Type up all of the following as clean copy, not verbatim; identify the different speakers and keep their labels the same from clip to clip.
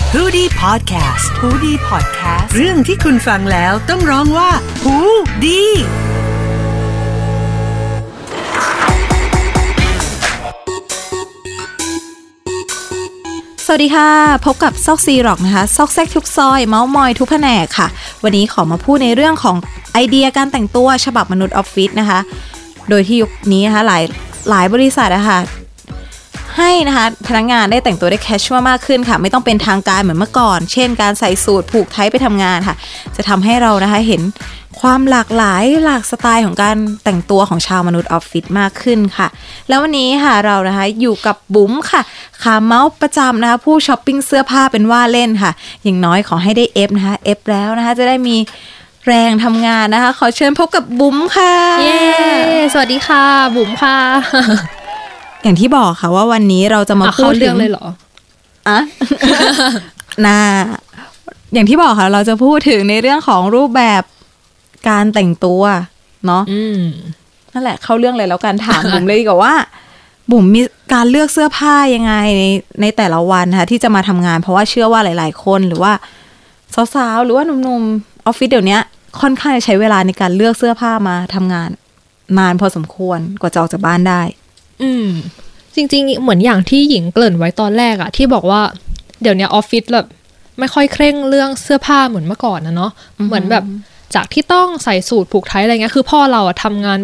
Speaker 1: ฮูดี้พอดแคสต์ฮูดี้พอดแคสต์เรื่องที่คุณฟังแล้วต้องร้องว่าฮูดี
Speaker 2: สวัสดีค่ะพบกับซอกซีร็อกนะคะซอกแซกทุกซอยเมาส์มอยทุกแผนกค่ะวันนี้ขอมาพูดในเรื่องของไอเดียการแต่งตัวฉบับมนุษย์ออฟฟิศนะคะโดยที่ยุคนี้นะคะหลายบริษัทนะคะให้นะคะพนักงานได้แต่งตัวได้แคชชวลมากขึ้นค่ะไม่ต้องเป็นทางการเหมือนเมื่อก่อนเช่นการใส่สูทผูกไทไปทำงานค่ะจะทำให้เรานะคะเห็นความหลากหลายหลากสไตล์ของการแต่งตัวของชาวมนุษย์ออฟฟิศมากขึ้นค่ะแล้ววันนี้ค่ะเรานะคะอยู่กับบุ๋มค่ะขาเมาส์ประจำนะคะผู้ช้อปปิ้งเสื้อผ้าเป็นว่าเล่นค่ะอย่างน้อยขอให้ได้เอฟนะคะเอฟแล้วนะคะจะได้มีแรงทำงานนะคะขอเชิญพบกับบุ๋มค่ะ
Speaker 3: เย้สวัสดีค่ะบุ๋มค่ะ
Speaker 2: อย่างที่บอกค่ะว่าวันนี้เราจะมาพูด
Speaker 3: เรื่องเลยเหรอ
Speaker 2: อย่างที่บอกค่ะเราจะพูดถึงในเรื่องของรูปแบบการแต่งตัวเนาะนั่นแหละเข้าเรื่องเลยแล้วกันถาม บุ๋มเลยดีกว่าว่าบุ๋มมีการเลือกเสื้อผ้ายังไงในแต่ละวันนะคะที่จะมาทำงานเพราะว่าเชื่อว่าหลายๆคนหรือว่าสาวๆหรือว่าหนุ่มๆออฟฟิศเดี๋ยวนี้ค่อนข้างจะใช้เวลาในการเลือกเสื้อผ้ามาทำงานนานพอสมควรกว่าจะออกจากบ้านได้
Speaker 3: จริงๆเหมือนอย่างที่หญิงเกริ่นไว้ตอนแรกอะที่บอกว่าเดี๋ยวนี้ออฟฟิศแบบไม่ค่อยเคร่งเรื่องเสื้อผ้าเหมือนเมื่อก่อนนะเนาะเหมือนแบบจากที่ต้องใส่สูทผูกไทอะไรเงี้ยคือพ่อเราอะทำงาน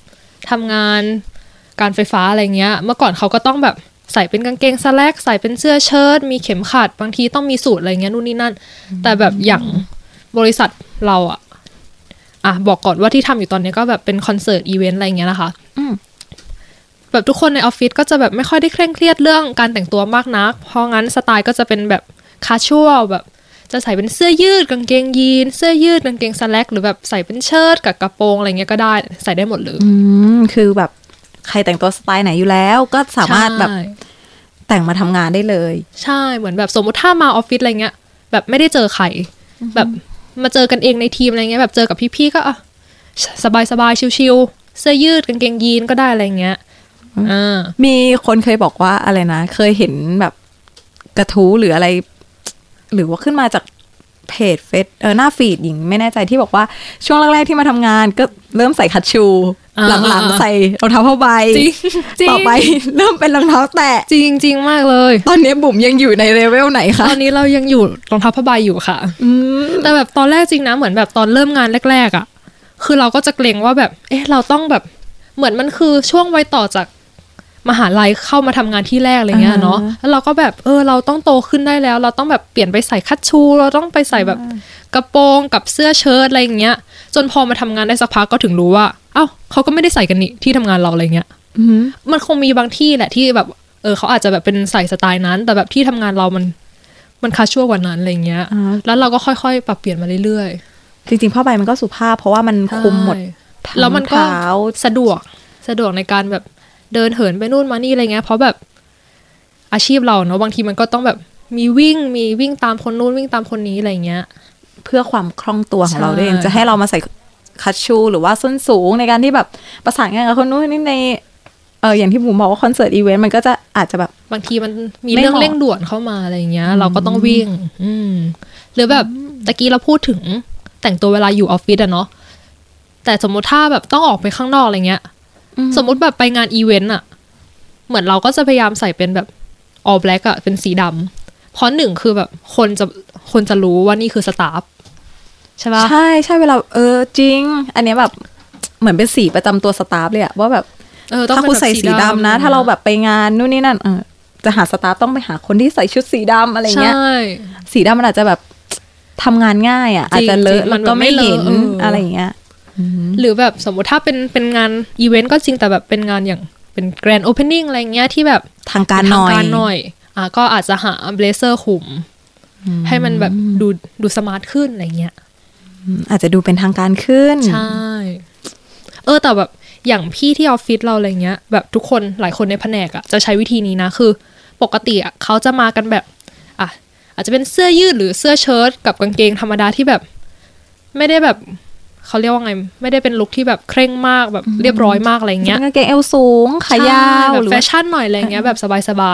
Speaker 3: การไฟฟ้าอะไรเงี้ยเมื่อก่อนเขาก็ต้องแบบใส่เป็นกางเกงสแล็กใส่เป็นเสื้อเชิ้ตมีเข็มขัดบางทีต้องมีสูทอะไรเงี้ยนู่นนี่นั่นแต่แบบอย่างบริษัทเราอะบอกก่อนว่าที่ทำอยู่ตอนนี้ก็แบบเป็นคอนเสิร์ตอีเวนต์อะไรเงี้ยนะคะแบบทุกคนในออฟฟิศก็จะแบบไม่ค่อยได้เคร่งเครียดเรื่องการแต่งตัวมากนักเพราะงั้นสไตล์ก็จะเป็นแบบคาชวลแบบจะใส่เป็นเสื้อยืดกางเกงยีนเสื้อยืดกางเกงสแล็กหรือแบบใส่เป็นเชิ้ตกับกระโปรงอะไรเงี้ยก็ได้ใส่ได้หมดเลย
Speaker 2: คือแบบใครแต่งตัวสไตล์ไหนอยู่แล้วก็สามารถแบบแต่งมาทำงานได้เลย
Speaker 3: ใช่เหมือนแบบสมมติถ้ามาออฟฟิศอะไรเงี้ยแบบไม่ได้เจอใครแบบมาเจอกันเองในทีมอะไรเงี้ยแบบเจอกับพี่ๆก็สบายๆชิลๆเสื้อยืดกางเกงยีนก็ได้อะไรเงี้ย
Speaker 2: มีคนเคยบอกว่าอะไรนะเคยเห็นแบบกระทู้หรืออะไรหรือว่าขึ้นมาจากเพจเฟซหน้าฟีดหญิงไม่แน่ใจที่บอกว่าช่วงแรกๆที่มาทำงานก็เริ่มใส่คัชชูหลังๆใส่รองเท้าผ้าใบต่อไปเริ่มเป็นรองเท้าแตะ
Speaker 3: จริงๆมากเลย
Speaker 2: ตอนนี้บุ๋มยังอยู่ในเลเวลไหนคะ
Speaker 3: ตอนนี้เรายังอยู่รองเท้าผ้าใบอยู่ค่ะแต่แบบตอนแรกจริงนะเหมือนแบบตอนเริ่มงานแรกๆอ่ะคือเราก็จะเกรงว่าแบบเราต้องแบบเหมือนมันคือช่วงวัยต่อจากมหาลัยเข้ามาทำงานที่แรกอะไรเงี้ยเนาะแล้วเราก็แบบเราต้องโตขึ้นได้แล้วเราต้องแบบเปลี่ยนไปใส่คัชชูเราต้องไปใส่แบบกระโปรงกับเสื้อเชิ้ตอะไรอย่างเงี้ยจนพอมาทำงานได้สักพักก็ถึงรู้ว่าเขาก็ไม่ได้ใส่กันนี่ที่ทำงานเราอะไรเงี้ยมันคงมีบางที่แหละที่แบบเขาอาจจะแบบเป็นใส่สไตล์นั้นแต่แบบที่ทำงานเรามันคัชชูกว่านั้นอะไรเงี้ยแล้วเราก็ค่อยๆปรับเปลี่ยนมาเรื่อย
Speaker 2: ๆจริงๆผ้าใบมันก็สุภาพเพราะว่ามันคุมหมด
Speaker 3: แล้วมันก็สะดวกในการแบบเดินเหินไปนู่นมานี่อะไรเงี้ยเพราะแบบอาชีพเราเนาะบางทีมันก็ต้องแบบมีวิ่งตามคนนู้นวิ่งตามคนนี้อะไรเงี้ย
Speaker 2: เพื่อความคล่องตัวของเราด้วยจะให้เรามาใส่คัชชูหรือว่าส้นสูงในการที่แบบประสานงานกับคนนู้นนี่ในอย่างที่ผมบอกว่าคอนเสิร์ตอีเวนต์มันก็จะอาจจะแบบ
Speaker 3: บางทีมันมีเรื่องเร่งด่วนเข้ามาอะไรเงี้ยเราก็ต้องวิ่งหรือแบบตะกี้เราพูดถึงแต่งตัวเวลาอยู่ออฟฟิศอะเนาะแต่สมมติถ้าแบบต้องออกไปข้างนอกอะไรเงี้ยสมมติแบบไปงานอีเวนต์อะเหมือนเราก็จะพยายามใส่เป็นแบบ all black อะเป็นสีดำเพราะหนึ่งคือแบบคนจะรู้ว่านี่คือสตาฟใช่ปะ
Speaker 2: ใช่เวลาจริงอันนี้แบบเหมือนเป็นสีประจำตัวสตาฟเลยอะว่าแบบถ้าคุณใส่สีดำนะถ้าเราแบบไปงานนู่นนี่นั่นจะหาสตาฟต้องไปหาคนที่ใส่ชุดสีดำอะไรเงี้ยสีดำมันอาจจะแบบทำงานง่ายอะอาจจะเลอะแล้วก็ไม่เห็นอะไรเงี้ย
Speaker 3: หรือแบบสมมติถ้าเป็นงานอีเวนต์ก็จริงแต่แบบเป็นงานอย่างเป็นแกรนด์โอเพนนิ่งอะไรเงี้ยที่แบบ
Speaker 2: ทางการหน่อย
Speaker 3: ก็อาจจะหาเบลเซอร์คุมให้มันแบบดูสมาร์ทขึ้นอะไรเงี้ย
Speaker 2: อาจจะดูเป็นทางการขึ้น
Speaker 3: ใช่แต่แบบอย่างพี่ที่ออฟฟิศเราอะไรเงี้ยแบบทุกคนหลายคนในแผนกอะจะใช้วิธีนี้นะคือปกติอะเขาจะมากันแบบอาจจะเป็นเสื้อยืดหรือเสื้อเชิ้ตกับกางเกงธรรมดาที่แบบไม่ได้แบบเขาเรียกว่าไงไม่ได้เป็นลุคที่แบบเคร่งมากแบบเรียบร้อยมากอะไรเงี้ย
Speaker 2: กางเกงเอวสูงขายาว
Speaker 3: แบบแฟชั่นหน่อยอะไรเงี้ยแบบสบาย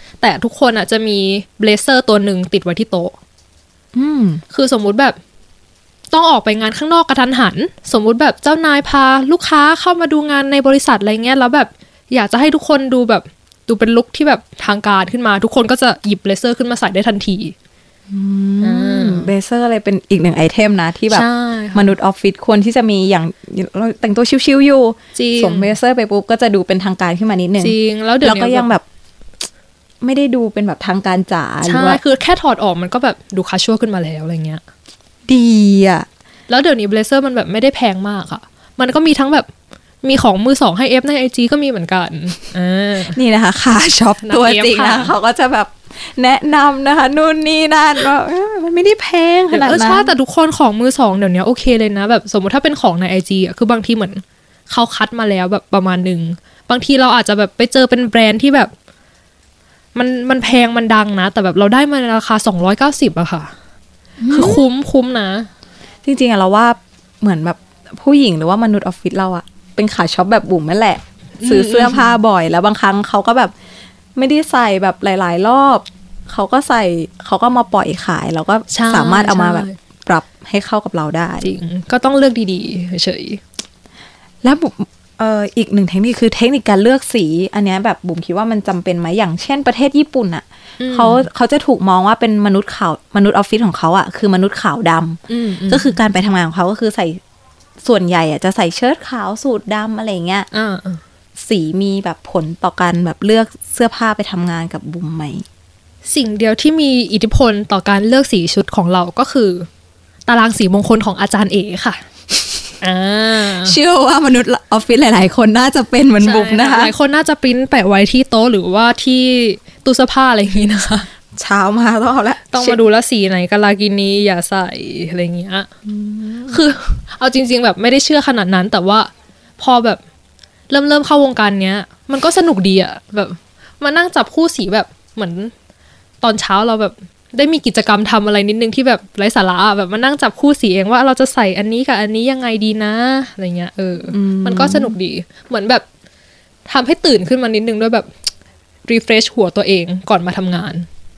Speaker 3: แต่ทุกคนอ่ะจะมีเบลเซอร์ตัวหนึ่งติดไว้ที่โต๊ะคือสมมุติแบบต้องออกไปงานข้างนอกกระทันหันสมมุติแบบเจ้านายพาลูกค้าเข้ามาดูงานในบริษัทอะไรเงี้ยแล้วแบบอยากจะให้ทุกคนดูแบบดูเป็นลุคที่แบบทางการขึ้นมาทุกคนก็จะหยิบเบลเซอร์ขึ้นมาใส่ได้ทันที
Speaker 2: เบลเซอร์อะไรเป็นอีกหนึ่งไอเทมนะที่แบบมนุษย์ออฟฟิศควรที่จะมีอย่างเราแต่งตัวชิวๆอยู่สวมเบลเซอร์ไปปุ๊บก็จะดูเป็นทางการขึ้นมานิดนึง
Speaker 3: จริงแล้วเดี๋ยวนี้
Speaker 2: ก็ยังแบบไม่ได้ดูเป็นแบบทางการจ๋า
Speaker 3: หรือว่าคือแค่ถอดออกมันก็แบบดูคาชวลขึ้นมาแล้วอะไรเงี้ย
Speaker 2: ดีอ่ะ
Speaker 3: แล้วเดี๋ยวนี้เบลเซอร์มันแบบไม่ได้แพงมากอ่ะมันก็มีทั้งแบบมีของมือสองให้เอฟใน IG ก็มีเหมือนกัน
Speaker 2: นี่นะคะค่ะช็อปตัวจริงนะเขาก็จะแบบแนะนำนะคะนู่นนี่นั่นว่ามันไม่ได้แพงขนาดนั้น
Speaker 3: ใช่แต่ทุกคนของมือสองเดี๋ยวนี้โอเคเลยนะแบบสมมติถ้าเป็นของใน IG อ่ะคือบางทีเหมือนเขาคัดมาแล้วแบบประมาณนึงบางทีเราอาจจะแบบไปเจอเป็นแบรนด์ที่แบบมันแพงมันดังนะแต่แบบเราได้มาในราคา290อะค่ะคือคุ้มนะ
Speaker 2: จริงๆอะเราว่าเหมือนแบบผู้หญิงหรือว่ามนุษย์ออฟฟิศเราอะเป็นขาช็อปแบบบุ๋มนั่นแหละซื้อเสื้อผ้าบ่อยแล้วบางครั้งเขาก็แบบไม่ได้ใส่แบบหลายๆรอบเขาก็ใส่เขาก็มาปล่อยขายแล้วก็สามารถเอามาแบบปรับให้เข้ากับเราได้
Speaker 3: จริงก็ต้องเลือกดีๆเฉย
Speaker 2: ๆแล้วอีกหนึ่งเทคนิคคือเทคนิคการเลือกสีอันนี้แบบบุ๋มคิดว่ามันจำเป็นไหมอย่างเช่นประเทศญี่ปุ่นอ่ะเขาจะถูกมองว่าเป็นมนุษย์ออฟฟิศของเขาอ่ะคือมนุษย์ขาวดำก็คือการไปทำงานของเขาก็คือใส่ส่วนใหญ่อ่ะจะใส่เชิ้ตขาวสูทดำอะไรเงี้ยสีมีแบบผลต่อการแบบเลือกเสื้อผ้าไปทำงานกับบุ๋มไหม
Speaker 3: สิ่งเดียวที่มีอิทธิพลต่อการเลือกสีชุดของเราก็คือตารางสีมงคลของอาจารย์เอ๋ค่ะ
Speaker 2: เชื่อว่ามนุษย์ออฟฟิศหลายๆคนน่าจะเป็นเหมือนบุ๋มนะคะ
Speaker 3: หลายคนน่าจะปริ้นแปะไว้ที่โต๊ะหรือว่าที่ตู้เสื้อผ้าอะไรอย่างนี้นะคะ
Speaker 2: เช้ามา
Speaker 3: ต้องมาดูแลสีไหนกาลากินีอย่าใส่อะไรเงี้ยคือเอาจริงๆแบบไม่ได้เชื่อขนาดนั้นแต่ว่าพอแบบเริ่มเข้าวงการเนี้ยมันก็สนุกดีอะแบบมานั่งจับคู่สีแบบเหมือนตอนเช้าเราแบบได้มีกิจกรรมทำอะไรนิดนึงที่แบบไร้สาระแบบมานั่งจับคู่สีเองว่าเราจะใส่อันนี้กับอันนี้ยังไงดีนะอะไรเงี้ยมันก็สนุกดีเหมือนแบบทำให้ตื่นขึ้นมานิดนึงด้วยแบบrefresh หัวตัวเองก่อนมาทำงาน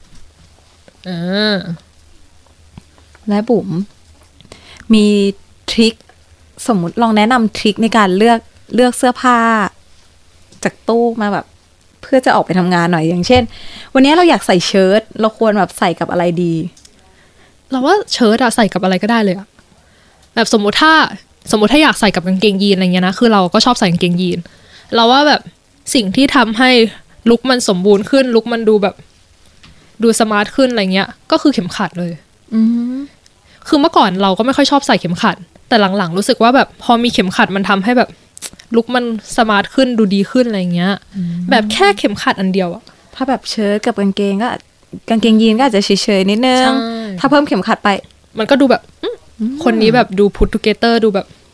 Speaker 2: และบุ๋มมีทริคสมมุติลองแนะนำทริคในการเลือกเสื้อผ้าจากตู้มาแบบเพื่อจะออกไปทำงานหน่อยอย่างเช่นวันนี้เราอยากใส่เชิ้ตเราควรแบบใส่กับอะไรดี
Speaker 3: เราว่าเชิ้ตอะใส่กับอะไรก็ได้เลยอะแบบสมมติถ้าอยากใส่กับกางเกงยีนอะไรเงี้ยนะคือเราก็ชอบใส่กางเกงยีนเราว่าแบบสิ่งที่ทำให้ลุคมันสมบูรณ์ขึ้นลุคมันดูแบบดูสมาร์ทขึ้นอะไรเงี้ยก็คือเข็มขัดเลยคือเมื่อก่อนเราก็ไม่ค่อยชอบใส่เข็มขัดแต่หลังๆรู้สึกว่าแบบพอมีเข็มขัดมันทำให้แบบลุคมันสมาร์ทขึ้นดูดีขึ้นอะไรเงี้ยแบบแค่เข็มขัดอันเดียวอะ
Speaker 2: ถ้าแบบเชิ้ตกับกางเกงก็กางเกงยีนก็อาจจะเฉยๆนิดนึงถ้าเพิ่มเข็มขัดไป
Speaker 3: มันก็ดูแบบคนนี้แบบดูพุททูเกเตอร์ดู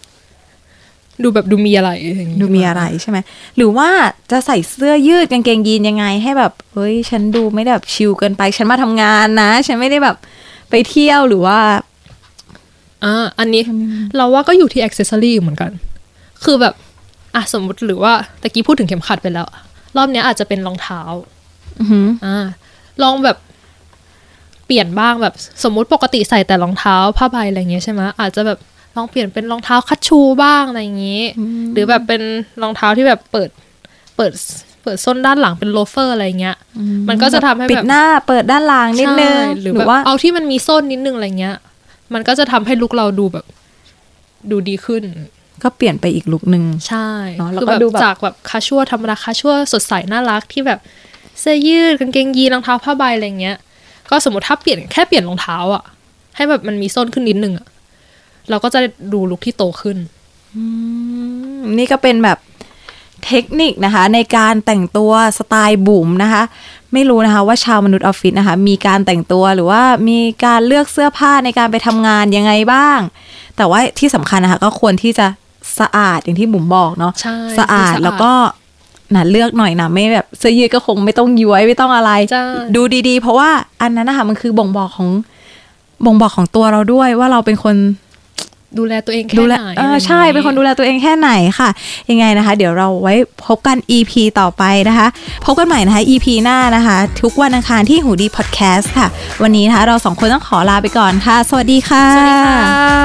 Speaker 3: มีอะไร
Speaker 2: ดูมีอะไรใช่ไหมหรือว่าจะใส่เสื้อยืดกางเกงยีนยังไงให้แบบเฮ้ยฉันดูไม่แบบชิลเกินไปฉันมาทำงานนะฉันไม่ได้แบบไปเที่ยวหรือว่า
Speaker 3: อันนี้เราว่าก็อยู่ที่ accessory เหมือนกันคือแบบสมมติหรือว่าตะกี้พูดถึงเข็มขัดไปแล้วรอบนี้อาจจะเป็นรองเท้าลองแบบเปลี่ยนบ้างแบบสมมุติปกติใส่แต่รองเท้าผ้าใบอะไรเงี้ยใช่ไหมอาจจะแบบลองเปลี่ยนเป็นรองเท้าคัชชูบ้างอะไรอย่างงี้หรือแบบเป็นรองเท้าที่แบบเปิดส้นด้านหลังเป็นโลเฟอร์อะไรเงี้ยมันก็จะทำให้แบบ
Speaker 2: ปิดหน้าเปิดด้านหลังนิดนึง
Speaker 3: หรือว่าเอาที่มันมีส้นนิดนึงอะไรเงี้ยมันก็จะทำให้ลุคเราดูแบบดูดีขึ้น
Speaker 2: ก็เปลี่ยนไปอีกลุคนึง
Speaker 3: ใช่แล้วก็ดูจากแบบคาชัวธรรมดาคาชัวสดใสน่ารักที่แบบเสื้อยืดกางเกงยีนรองเท้าผ้าใบอะไรเงี้ยก็สมมติถ้าแค่เปลี่ยนรองเท้าอ่ะให้แบบมันมีส้นขึ้นนิดนึงอ่ะเราก็จะดูลุคที่โตขึ้น
Speaker 2: นี่ก็เป็นแบบเทคนิคนะคะในการแต่งตัวสไตล์บุ๋มนะคะไม่รู้นะคะว่าชาวมนุษย์ออฟฟิศนะคะมีการแต่งตัวหรือว่ามีการเลือกเสื้อผ้าในการไปทำงานยังไงบ้างแต่ว่าที่สำคัญนะคะก็ควรที่จะสะอาดอย่างที่บุ๋มบอกเนาะสะอาดแล้วก็เลือกหน่อยนะไม่แบบเสื้อยืดก็คงไม่ต้องย้วยไม่ต้องอะไรดูดีๆเพราะว่าอันนั้นนะคะมันคือบ่งบอกของตัวเราด้วยว่าเราเป็นคน
Speaker 3: ดูแลตัวเองแค่ไหน
Speaker 2: ใช่เป็นคนดูแลตัวเองแค่ไหนค่ะยังไงนะคะเดี๋ยวเราไว้พบกัน EP ต่อไปนะคะพบกันใหม่นะคะ EP หน้านะคะทุกวันอังคารที่หูดีพอดแคสต์ค่ะวันนี้นะคะเรา2คนต้องขอลาไปก่อนค่ะสวัสดีค่ะ
Speaker 3: สวัสดีค่ะ